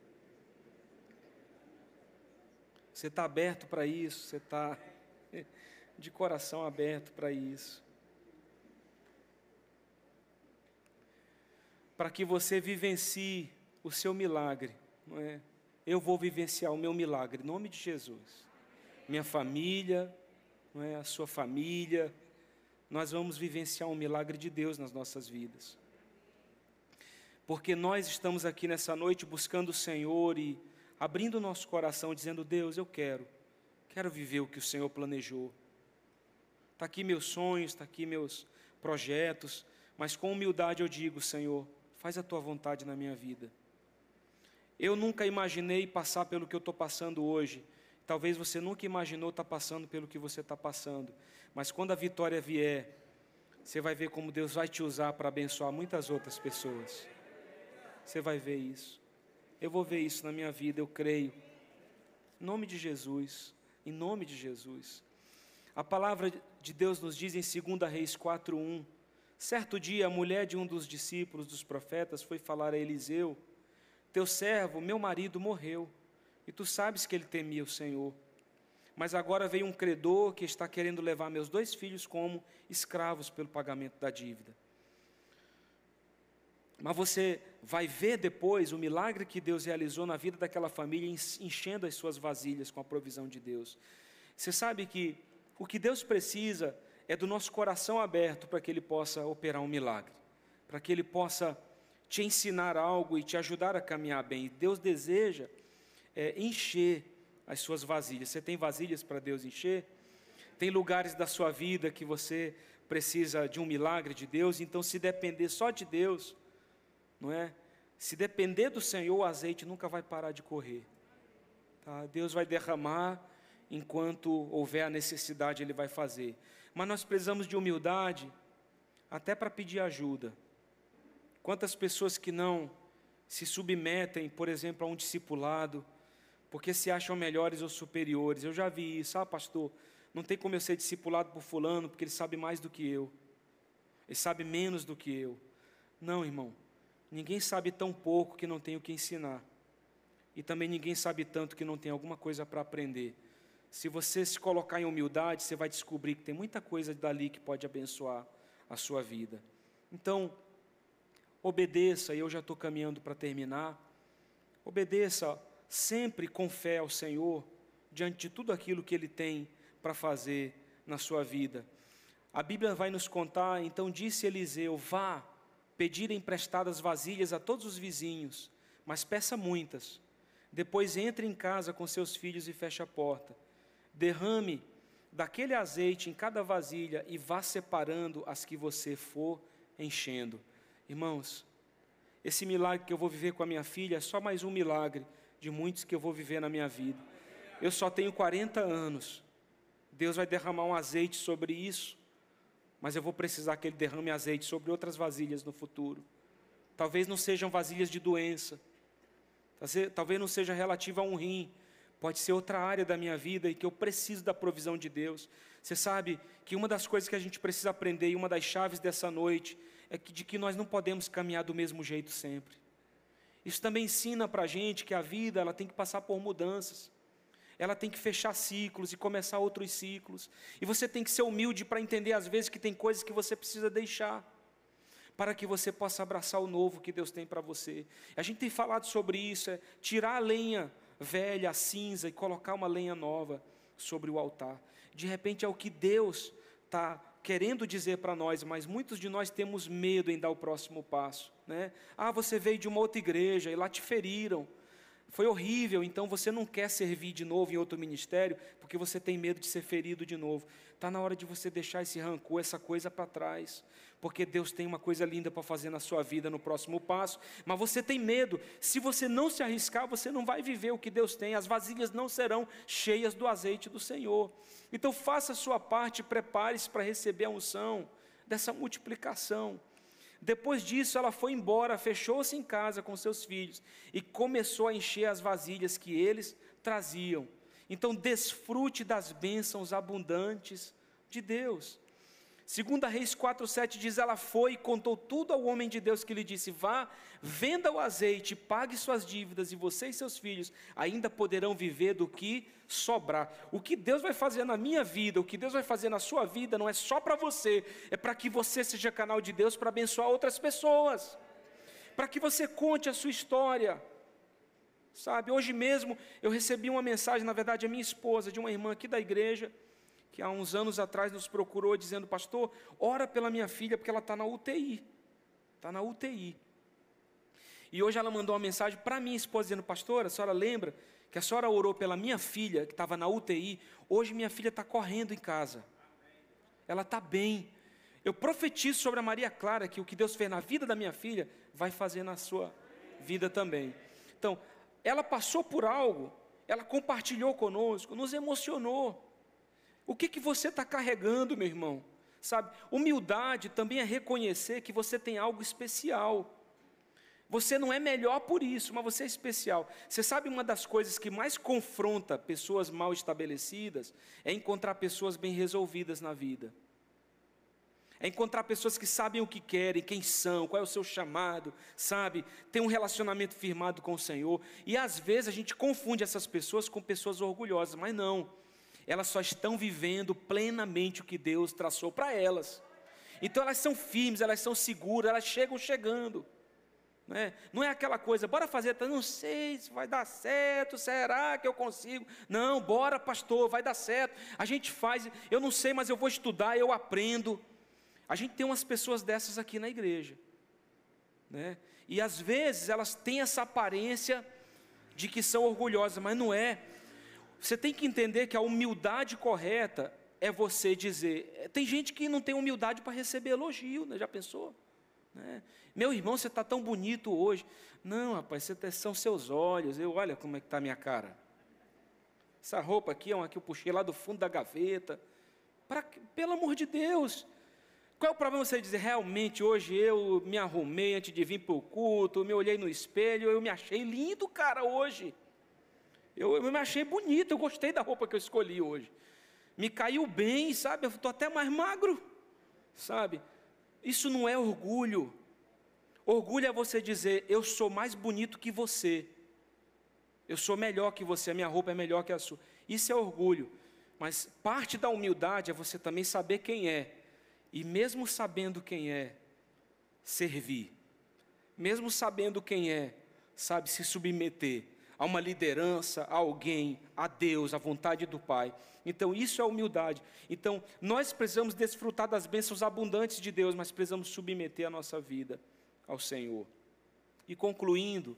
Você está aberto para isso, você está de coração aberto para isso. Para que você vivencie o seu milagre, não é? Eu vou vivenciar o meu milagre, em nome de Jesus. Minha família, não é? A sua família, nós vamos vivenciar um milagre de Deus nas nossas vidas. Porque nós estamos aqui nessa noite buscando o Senhor e abrindo o nosso coração, dizendo: Deus, eu quero, quero viver o que o Senhor planejou. Está aqui meus sonhos, está aqui meus projetos, mas com humildade eu digo: Senhor, faz a Tua vontade na minha vida. Eu nunca imaginei passar pelo que eu estou passando hoje. Talvez você nunca imaginou estar passando pelo que você está passando. Mas quando a vitória vier, você vai ver como Deus vai te usar para abençoar muitas outras pessoas. Você vai ver isso. Eu vou ver isso na minha vida, eu creio. Em nome de Jesus. Em nome de Jesus. A palavra de Deus nos diz em segunda Reis quatro, um. Certo dia, a mulher de um dos discípulos dos profetas foi falar a Eliseu: teu servo, meu marido, morreu, e tu sabes que ele temia o Senhor. Mas agora veio um credor que está querendo levar meus dois filhos como escravos pelo pagamento da dívida. Mas você vai ver depois o milagre que Deus realizou na vida daquela família, enchendo as suas vasilhas com a provisão de Deus. Você sabe que o que Deus precisa é do nosso coração aberto para que Ele possa operar um milagre, para que Ele possa te ensinar algo e te ajudar a caminhar bem. Deus deseja é, encher as suas vasilhas. Você tem vasilhas para Deus encher? Tem lugares da sua vida que você precisa de um milagre de Deus? Então, se depender só de Deus, não é? Se depender do Senhor, o azeite nunca vai parar de correr. Tá? Deus vai derramar enquanto houver a necessidade, Ele vai fazer. Mas nós precisamos de humildade até para pedir ajuda. Quantas pessoas que não se submetem, por exemplo, a um discipulado, porque se acham melhores ou superiores. Eu já vi isso. Ah, pastor, não tem como eu ser discipulado por fulano, porque ele sabe mais do que eu. Ele sabe menos do que eu. Não, irmão. Ninguém sabe tão pouco que não tem o que ensinar. E também ninguém sabe tanto que não tem alguma coisa para aprender. Se você se colocar em humildade, você vai descobrir que tem muita coisa dali que pode abençoar a sua vida. Então, obedeça, e eu já estou caminhando para terminar. Obedeça sempre com fé ao Senhor, diante de tudo aquilo que Ele tem para fazer na sua vida. A Bíblia vai nos contar: então disse Eliseu: vá pedir emprestadas vasilhas a todos os vizinhos, mas peça muitas. Depois entre em casa com seus filhos e feche a porta. Derrame daquele azeite em cada vasilha e vá separando as que você for enchendo. Irmãos, esse milagre que eu vou viver com a minha filha é só mais um milagre de muitos que eu vou viver na minha vida. Eu só tenho quarenta anos. Deus vai derramar um azeite sobre isso, mas eu vou precisar que Ele derrame azeite sobre outras vasilhas no futuro. Talvez não sejam vasilhas de doença, talvez não seja relativa a um rim, pode ser outra área da minha vida e que eu preciso da provisão de Deus. Você sabe que uma das coisas que a gente precisa aprender, e uma das chaves dessa noite, é que, de que nós não podemos caminhar do mesmo jeito sempre. Isso também ensina para a gente que a vida ela tem que passar por mudanças. Ela tem que fechar ciclos e começar outros ciclos. E você tem que ser humilde para entender às vezes que tem coisas que você precisa deixar. para que você possa abraçar o novo que Deus tem para você. A gente tem falado sobre isso, é tirar a lenha velha, a cinza, e colocar uma lenha nova sobre o altar. De repente é o que Deus está querendo dizer para nós, mas muitos de nós temos medo em dar o próximo passo, né? Ah, você veio de uma outra igreja e lá te feriram, foi horrível, então você não quer servir de novo em outro ministério, porque você tem medo de ser ferido de novo. Está na hora de você deixar esse rancor, essa coisa para trás, porque Deus tem uma coisa linda para fazer na sua vida no próximo passo, mas você tem medo. Se você não se arriscar, você não vai viver o que Deus tem, as vasilhas não serão cheias do azeite do Senhor. Então faça a sua parte, prepare-se para receber a unção dessa multiplicação. Depois disso, ela foi embora, fechou-se em casa com seus filhos e começou a encher as vasilhas que eles traziam. Então, desfrute das bênçãos abundantes de Deus. Segunda Reis quatro, sete diz, ela foi e contou tudo ao homem de Deus, que lhe disse, vá, venda o azeite, pague suas dívidas, e você e seus filhos ainda poderão viver do que sobrar. O que Deus vai fazer na minha vida, o que Deus vai fazer na sua vida, não é só para você, é para que você seja canal de Deus para abençoar outras pessoas, para que você conte a sua história. Sabe, hoje mesmo eu recebi uma mensagem, na verdade a minha esposa, de uma irmã aqui da igreja, que há uns anos atrás nos procurou dizendo, pastor, ora pela minha filha, porque ela está na U T I, está na U T I, e hoje ela mandou uma mensagem para minha esposa, dizendo, pastora, a senhora lembra que a senhora orou pela minha filha, que estava na U T I, hoje minha filha está correndo em casa, ela está bem, eu profetizo sobre a Maria Clara, que o que Deus fez na vida da minha filha, vai fazer na sua vida também. Então, ela passou por algo, ela compartilhou conosco, nos emocionou. O que, que você está carregando, meu irmão? Sabe, humildade também é reconhecer que você tem algo especial. Você não é melhor por isso, mas você é especial. Você sabe, uma das coisas que mais confronta pessoas mal estabelecidas é encontrar pessoas bem resolvidas na vida. É encontrar pessoas que sabem o que querem, quem são, qual é o seu chamado, sabe? Tem um relacionamento firmado com o Senhor. E às vezes a gente confunde essas pessoas com pessoas orgulhosas, mas não. Elas só estão vivendo plenamente o que Deus traçou para elas. Então elas são firmes, elas são seguras, elas chegam chegando. Não é, não é aquela coisa, bora fazer, não sei se vai dar certo, será que eu consigo? Não, bora pastor, vai dar certo. A gente faz, eu não sei, mas eu vou estudar, eu aprendo. A gente tem umas pessoas dessas aqui na igreja, né? E às vezes elas têm essa aparência de que são orgulhosas, mas não é. Você tem que entender que a humildade correta é você dizer, tem gente que não tem humildade para receber elogio, né? Já pensou? Né? Meu irmão, você está tão bonito hoje. Não, rapaz, você, são seus olhos, eu, olha como é que está a minha cara. Essa roupa aqui é uma que eu puxei lá do fundo da gaveta. Pra, pelo amor de Deus. Qual é o problema você dizer, realmente hoje eu me arrumei antes de vir para o culto, me olhei no espelho, eu me achei lindo, cara, hoje. Eu, eu me achei bonito, eu gostei da roupa que eu escolhi hoje. Me caiu bem, sabe, eu estou até mais magro, sabe. Isso não é orgulho. Orgulho é você dizer, eu sou mais bonito que você. Eu sou melhor que você, a minha roupa é melhor que a sua. Isso é orgulho. Mas parte da humildade é você também saber quem é. E mesmo sabendo quem é, servir. Mesmo sabendo quem é, sabe, se submeter a uma liderança, a alguém, a Deus, a vontade do Pai. Então isso é humildade. Então nós precisamos desfrutar das bênçãos abundantes de Deus, mas precisamos submeter a nossa vida ao Senhor. E concluindo,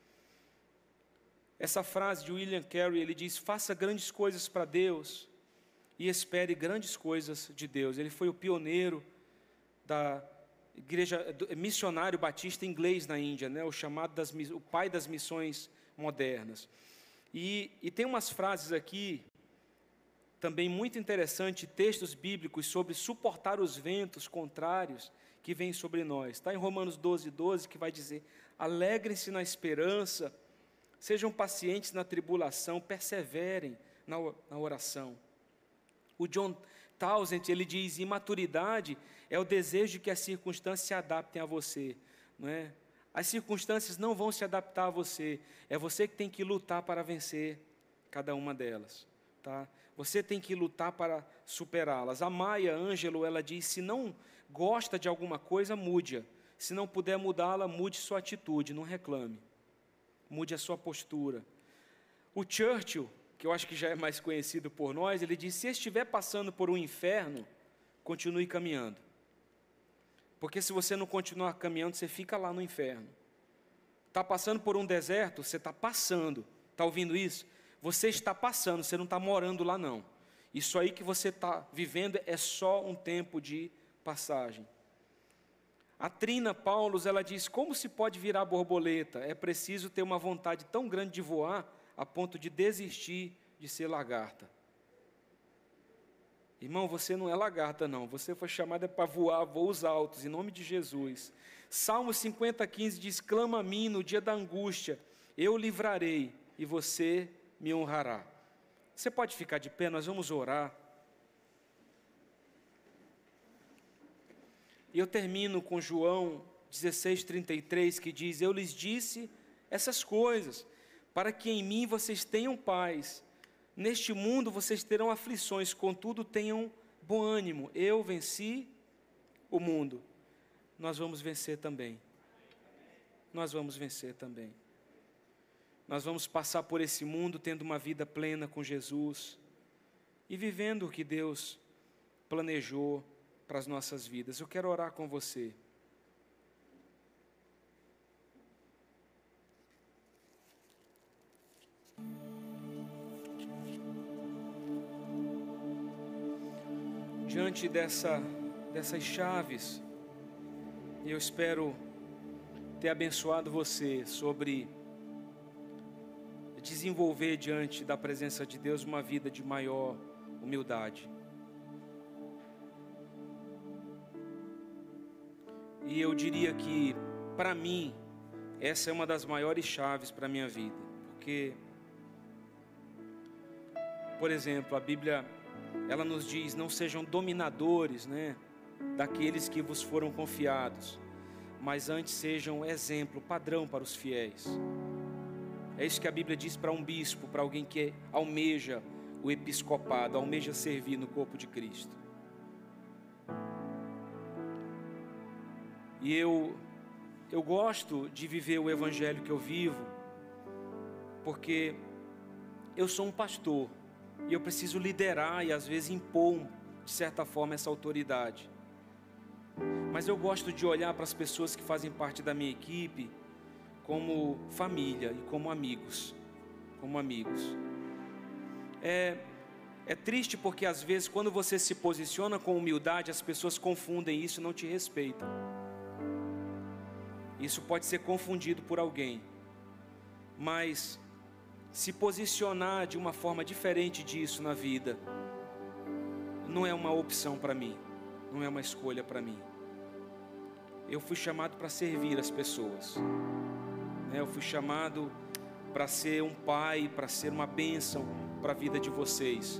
essa frase de William Carey, ele diz, faça grandes coisas para Deus e espere grandes coisas de Deus. Ele foi o pioneiro da igreja, missionário batista inglês na Índia, né? O chamado das, o pai das missões modernas. E, e tem umas frases aqui, também muito interessantes, textos bíblicos sobre suportar os ventos contrários que vêm sobre nós. Está em Romanos doze, doze, que vai dizer, alegrem-se na esperança, sejam pacientes na tribulação, perseverem na, na oração. O John Townsend, ele diz, imaturidade é o desejo de que as circunstâncias se adaptem a você, não é? As circunstâncias não vão se adaptar a você, é você que tem que lutar para vencer cada uma delas, tá? Você tem que lutar para superá-las. A Maya Angelou, ela diz, se não gosta de alguma coisa, mude-a. Se não puder mudá-la, mude sua atitude, não reclame. Mude a sua postura. O Churchill, que eu acho que já é mais conhecido por nós, ele diz: se estiver passando por um inferno, continue caminhando. Porque se você não continuar caminhando, você fica lá no inferno. Está passando por um deserto, você está passando. Está ouvindo isso? Você está passando, você não está morando lá não. Isso aí que você está vivendo é só um tempo de passagem. A Trina Paulus, ela diz: como se pode virar borboleta? É preciso ter uma vontade tão grande de voar, a ponto de desistir de ser lagarta. Irmão, você não é lagarta não, você foi chamada para voar voos altos, em nome de Jesus. Salmo cinquenta, quinze diz: clama a mim no dia da angústia, eu o livrarei e você me honrará. Você pode ficar de pé, nós vamos orar. E eu termino com João dezesseis, trinta e três, que diz: eu lhes disse essas coisas, para que em mim vocês tenham paz. Neste mundo vocês terão aflições, contudo tenham bom ânimo. Eu venci o mundo. Nós vamos vencer também. Nós vamos vencer também. Nós vamos passar por esse mundo tendo uma vida plena com Jesus e vivendo o que Deus planejou para as nossas vidas. Eu quero orar com você. Diante dessa, dessas chaves, eu espero ter abençoado você sobre desenvolver diante da presença de Deus uma vida de maior humildade. E eu diria que, para mim, essa é uma das maiores chaves para a minha vida. Porque, por exemplo, a Bíblia, ela nos diz: não sejam dominadores, né, daqueles que vos foram confiados, mas antes sejam exemplo, padrão para os fiéis. É isso que a Bíblia diz para um bispo, para alguém que almeja o episcopado, almeja servir no corpo de Cristo. E eu, eu gosto de viver o evangelho que eu vivo, porque eu sou um pastor, e eu preciso liderar e às vezes impor, de certa forma, essa autoridade. Mas eu gosto de olhar para as pessoas que fazem parte da minha equipe como família e como amigos, como amigos. É, é triste porque às vezes quando você se posiciona com humildade, as pessoas confundem isso e não te respeitam. Isso pode ser confundido por alguém, mas se posicionar de uma forma diferente disso na vida, não é uma opção para mim, não é uma escolha para mim. Eu fui chamado para servir as pessoas. Eu fui chamado para ser um pai, para ser uma bênção para a vida de vocês.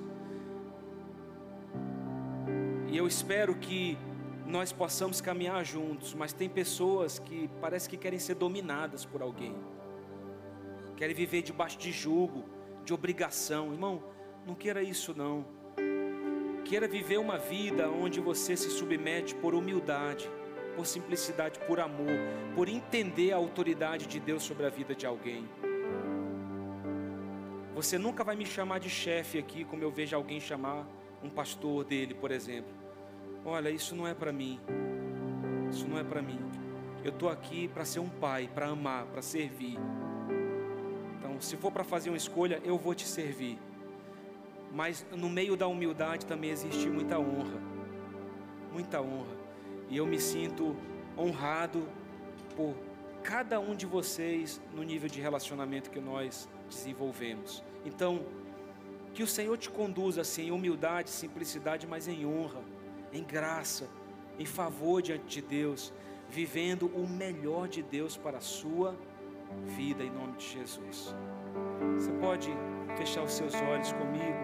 E eu espero que nós possamos caminhar juntos, mas tem pessoas que parece que querem ser dominadas por alguém. Querem viver debaixo de jugo, de obrigação. Irmão, não queira isso não. Queira viver uma vida onde você se submete por humildade, por simplicidade, por amor, por entender a autoridade de Deus sobre a vida de alguém. Você nunca vai me chamar de chefe aqui, como eu vejo alguém chamar um pastor dele, por exemplo. Olha, isso não é para mim. Isso não é para mim. Eu estou aqui para ser um pai, para amar, para servir. Então, se for para fazer uma escolha, eu vou te servir. Mas no meio da humildade também existe muita honra. Muita honra. E eu me sinto honrado por cada um de vocês no nível de relacionamento que nós desenvolvemos. Então, que o Senhor te conduza assim, em humildade, simplicidade, mas em honra, em graça, em favor diante de Deus, vivendo o melhor de Deus para a sua vida, em nome de Jesus. Você pode fechar os seus olhos comigo?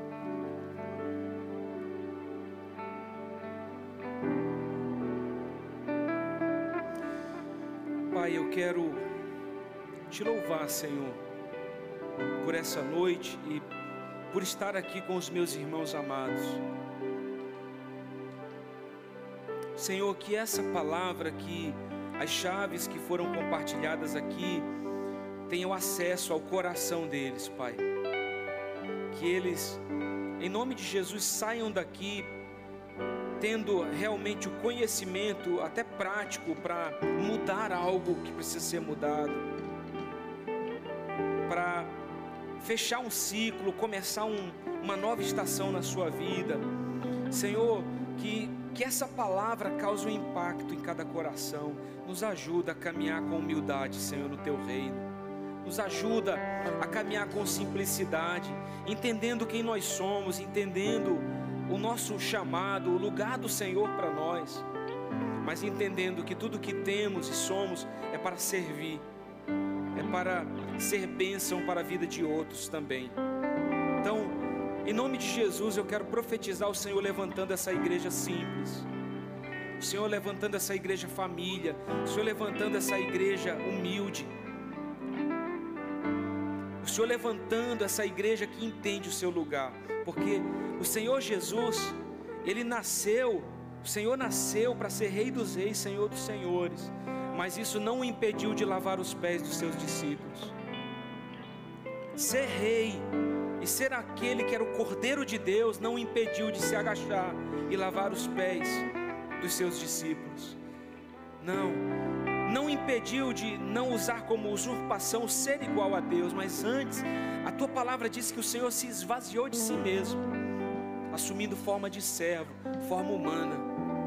Pai, eu quero te louvar, Senhor, por essa noite e por estar aqui com os meus irmãos amados. Senhor, que essa palavra que as chaves que foram compartilhadas aqui tenham acesso ao coração deles, Pai. Que eles, em nome de Jesus, saiam daqui tendo realmente o conhecimento, até prático, para mudar algo que precisa ser mudado, para fechar um ciclo, começar um, uma nova estação na sua vida. Senhor, que, que essa palavra cause um impacto em cada coração. Nos ajuda a caminhar com humildade, Senhor, no Teu reino. Nos ajuda a caminhar com simplicidade, entendendo quem nós somos, entendendo o nosso chamado, o lugar do Senhor para nós, mas entendendo que tudo que temos e somos é para servir, é para ser bênção para a vida de outros também. Então, em nome de Jesus, eu quero profetizar o Senhor levantando essa igreja simples, o Senhor levantando essa igreja família, o Senhor levantando essa igreja humilde, o Senhor levantando essa igreja que entende o seu lugar, porque o Senhor Jesus, Ele nasceu, o Senhor nasceu para ser Rei dos Reis, Senhor dos Senhores, mas isso não o impediu de lavar os pés dos seus discípulos. Ser rei e ser aquele que era o Cordeiro de Deus não o impediu de se agachar e lavar os pés dos seus discípulos. Não, não impediu de não usar como usurpação ser igual a Deus, mas antes, a tua palavra diz que o Senhor se esvaziou de si mesmo, assumindo forma de servo, forma humana,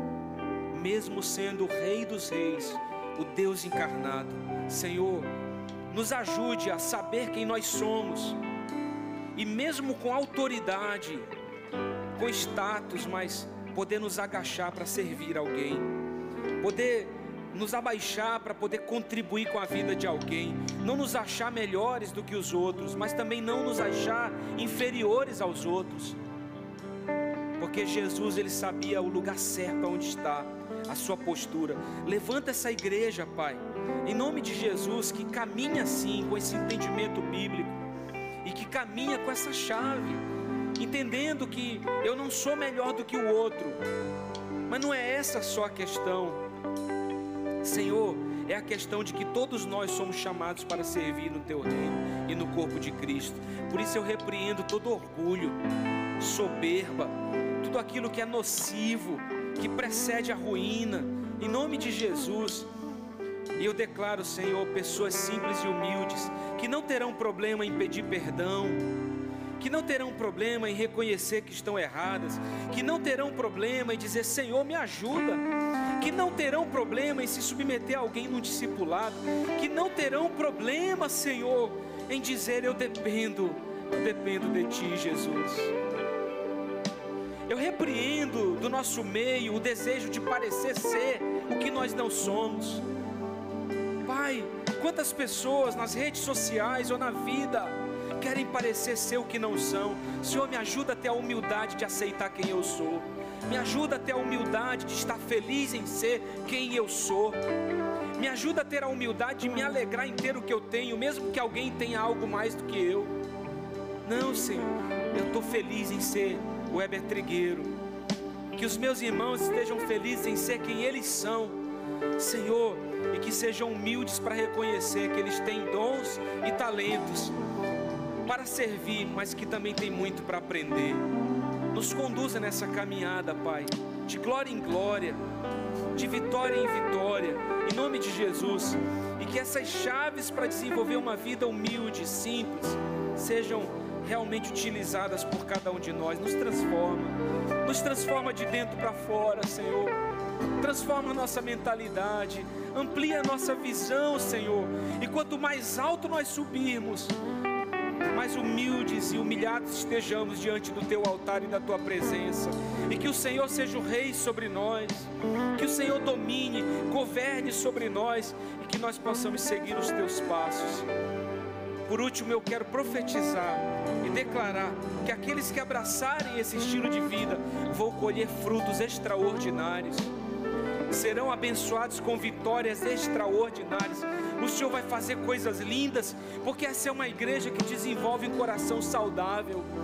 mesmo sendo o Rei dos Reis, o Deus encarnado. Senhor, nos ajude a saber quem nós somos, e mesmo com autoridade, com status, mas poder nos agachar para servir alguém, poder nos abaixar para poder contribuir com a vida de alguém, não nos achar melhores do que os outros, mas também não nos achar inferiores aos outros, porque Jesus, Ele sabia o lugar certo onde está, a sua postura. Levanta essa igreja, Pai, em nome de Jesus, que caminha assim, com esse entendimento bíblico, e que caminha com essa chave, entendendo que eu não sou melhor do que o outro, mas não é essa só a questão, Senhor, é a questão de que todos nós somos chamados para servir no Teu reino e no corpo de Cristo. Por isso eu repreendo todo orgulho, soberba, tudo aquilo que é nocivo, que precede a ruína, em nome de Jesus. E eu declaro, Senhor, pessoas simples e humildes, que não terão problema em pedir perdão, que não terão problema em reconhecer que estão erradas, que não terão problema em dizer, Senhor, me ajuda, que não terão problema em se submeter a alguém num discipulado, que não terão problema, Senhor, em dizer, eu dependo, eu dependo de Ti, Jesus. Eu repreendo do nosso meio o desejo de parecer ser o que nós não somos. Pai, quantas pessoas nas redes sociais ou na vida querem parecer ser o que não são. Senhor, me ajuda a ter a humildade de aceitar quem eu sou, me ajuda a ter a humildade de estar feliz em ser quem eu sou, me ajuda a ter a humildade de me alegrar em ter o que eu tenho, mesmo que alguém tenha algo mais do que eu. Não, Senhor, eu estou feliz em ser o Heber Trigueiro, que os meus irmãos estejam felizes em ser quem eles são, Senhor, e que sejam humildes para reconhecer que eles têm dons e talentos para servir, mas que também tem muito para aprender. Nos conduza nessa caminhada, Pai, de glória em glória, de vitória em vitória, em nome de Jesus, e que essas chaves para desenvolver uma vida humilde, simples, sejam realmente utilizadas por cada um de nós. Nos transforma, nos transforma de dentro para fora, Senhor, transforma a nossa mentalidade, amplia a nossa visão, Senhor, e quanto mais alto nós subirmos, mais humildes e humilhados estejamos diante do Teu altar e da Tua presença, e que o Senhor seja o Rei sobre nós, que o Senhor domine, governe sobre nós, e que nós possamos seguir os Teus passos. Por último, eu quero profetizar e declarar que aqueles que abraçarem esse estilo de vida vão colher frutos extraordinários, serão abençoados com vitórias extraordinárias. O Senhor vai fazer coisas lindas, porque essa é uma igreja que desenvolve um coração saudável,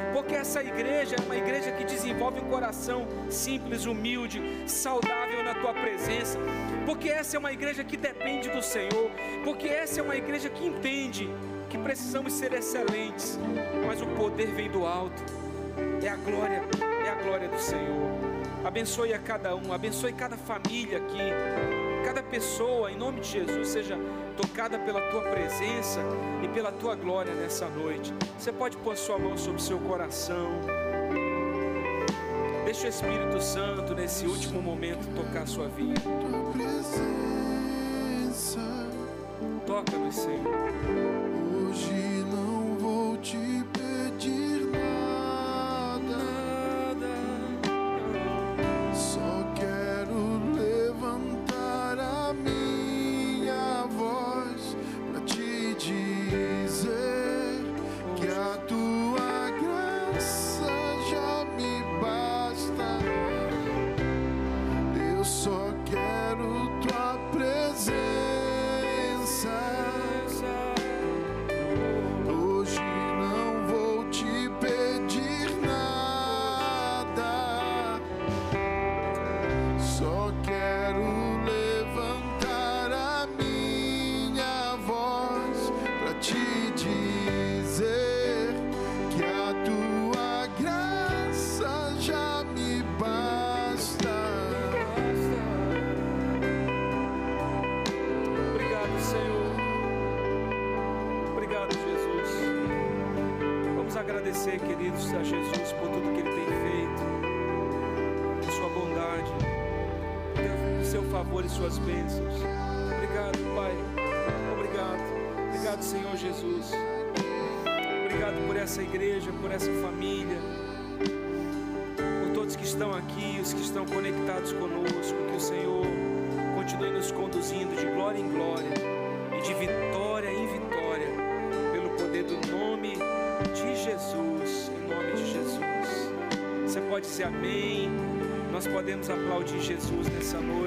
porque essa igreja é uma igreja que desenvolve um coração simples, humilde, saudável na tua presença, porque essa é uma igreja que depende do Senhor, porque essa é uma igreja que entende que precisamos ser excelentes, mas o poder vem do alto, é a glória, é a glória do Senhor. Abençoe a cada um, abençoe cada família aqui, cada pessoa, em nome de Jesus, seja tocada pela tua presença e pela tua glória nessa noite. Você pode pôr sua mão sobre o seu coração, deixa o Espírito Santo nesse último momento tocar a sua vida. Toca-nos, Senhor. Hoje não vou te pedir nada, só quero levantar a minha voz pra te dizer que a tua graça já me basta. Eu só quero tua presença. Hoje não vou te pedir nada, só quero levantar a minha voz pra te dizer que a tua graça já me basta. Obrigado, Senhor. Obrigado, Jesus. Vamos agradecer, queridos, a Jesus por tudo que Ele tem feito, por sua bondade, por seu favor e suas bênçãos. Obrigado, Pai. Obrigado. Obrigado, Senhor Jesus. Obrigado por essa igreja, por essa família, por todos que estão aqui, os que estão conectados conosco. Que o Senhor continue nos conduzindo de glória em glória e de vitória em vitória, pelo poder do nome de Jesus, em nome de Jesus. Você pode dizer amém. Nós podemos aplaudir Jesus nessa noite.